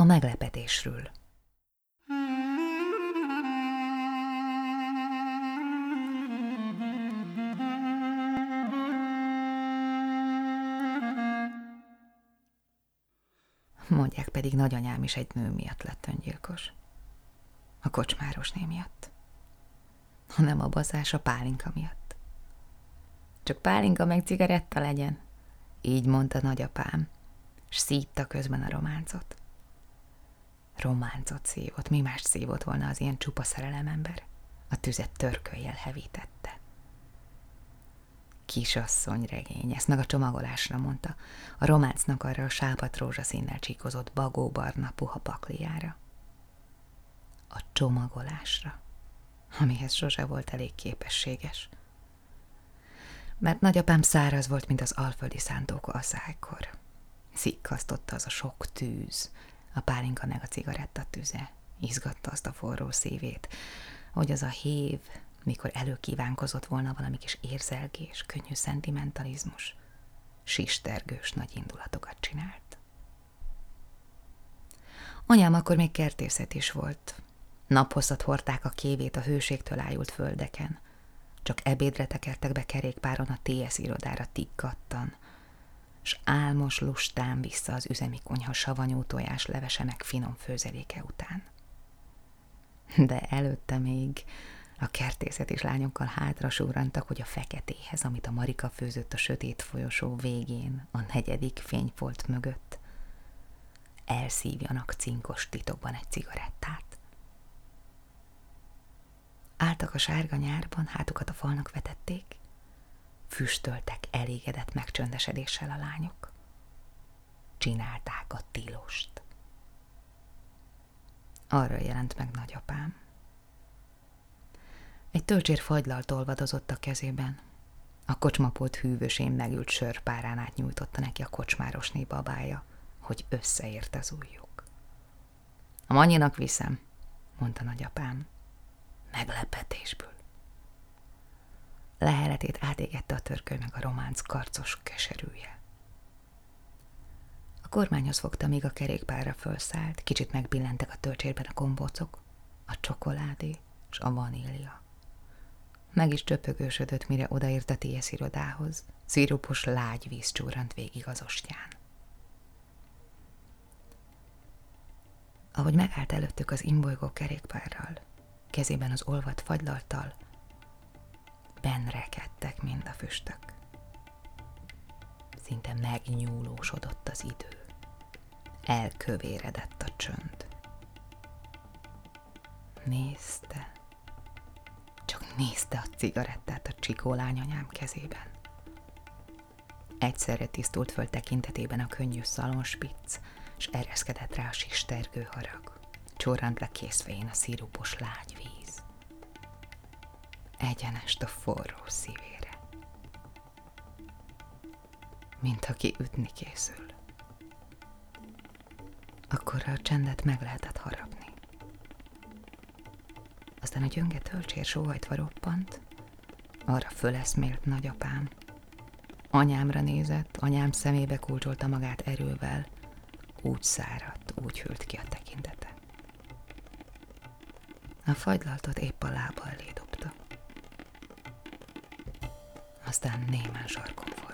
A meglepetésről. Mondják pedig, nagyanyám is egy nő miatt lett öngyilkos. A kocsmárosné miatt. Hanem a bazás a pálinka miatt. Csak pálinka meg cigaretta legyen, így mondta nagyapám, s szívta közben a románcot. Románcot szívott, mi más szívott volna az ilyen csupa szerelemember? A tüzet törköllyel hevítette. Kisasszony regény, ezt meg a csomagolásra mondta, a románcnak arra a sápadt rózsaszínnel csíkozott bagóbarna puha pakliára. A csomagolásra, amihez sose volt elég képességes. Mert nagyapám száraz volt, mint az alföldi szántóka a szájkor. Szikkasztotta az a sok tűz, a pálinka meg a cigaretta tüze, izgatta azt a forró szívét, hogy az a hév, mikor előkívánkozott volna valami kis érzelgés, könnyű szentimentalizmus, sistergős nagy indulatokat csinált. Anyám akkor még kertészet is volt. Naphosszat hordták a kévét a hőségtől ájult földeken. Csak ebédre tekertek be kerékpáron a TS irodára tikkattan, s álmos lustán vissza az üzemi konyha savanyú tojás levese meg finom főzeléke után. De előtte még a kertészet és lányokkal hátra súrantak, hogy a feketéhez, amit a Marika főzött a sötét folyosó végén, a 4. fényfolt mögött, elszívjanak cinkos titokban egy cigarettát. Álltak a sárga nyárban, hátukat a falnak vetették, füstöltek elégedett megcsöndesedéssel a lányok. Csinálták a tilost. Arra jelent meg nagyapám. Egy tölcsér fagylalt olvadozott a kezében. A kocsmapult hűvösén megült sörpárán át nyújtotta neki a kocsmárosné babája, hogy összeért az ujjuk. A Manyinak viszem, mondta nagyapám. Meglepetésből. Leheletét átégette a törköly meg a románc karcos keserűje. A kormányhoz fogta, míg a kerékpárra fölszállt, kicsit megbillentek a tölcsérben a gombócok, a csokoládé és a vanília. Meg is csöpögősödött, mire odaért a TS irodához. Szirupos lágy víz csúrant végig az ostján. Ahogy megállt előttük az imbolygó kerékpárral, kezében az olvadt fagylalttal, benrekedtek mind a füstök. Szinte megnyúlósodott az idő. Elkövéredett a csönd. Nézte, csak nézte a cigarettát a csikó lányanyám kezében. Egyszerre tisztult föl tekintetében a könnyű szalonspicc, s ereszkedett rá a sistergő harag. Csorrant le készfején a szirupos lágy víz. Egyenest a forró szívére. Mint aki ütni készül. Akkor a csendet meg lehetett harapni. Aztán a gyönge tölcsér sóhajtva roppant, arra föleszmélt nagyapám. Anyámra nézett, anyám szemébe kulcsolta magát erővel, úgy száradt, úgy hűlt ki a tekintete. A fagylaltot épp a lába elé dobta. Aztán némán sarkon fordult.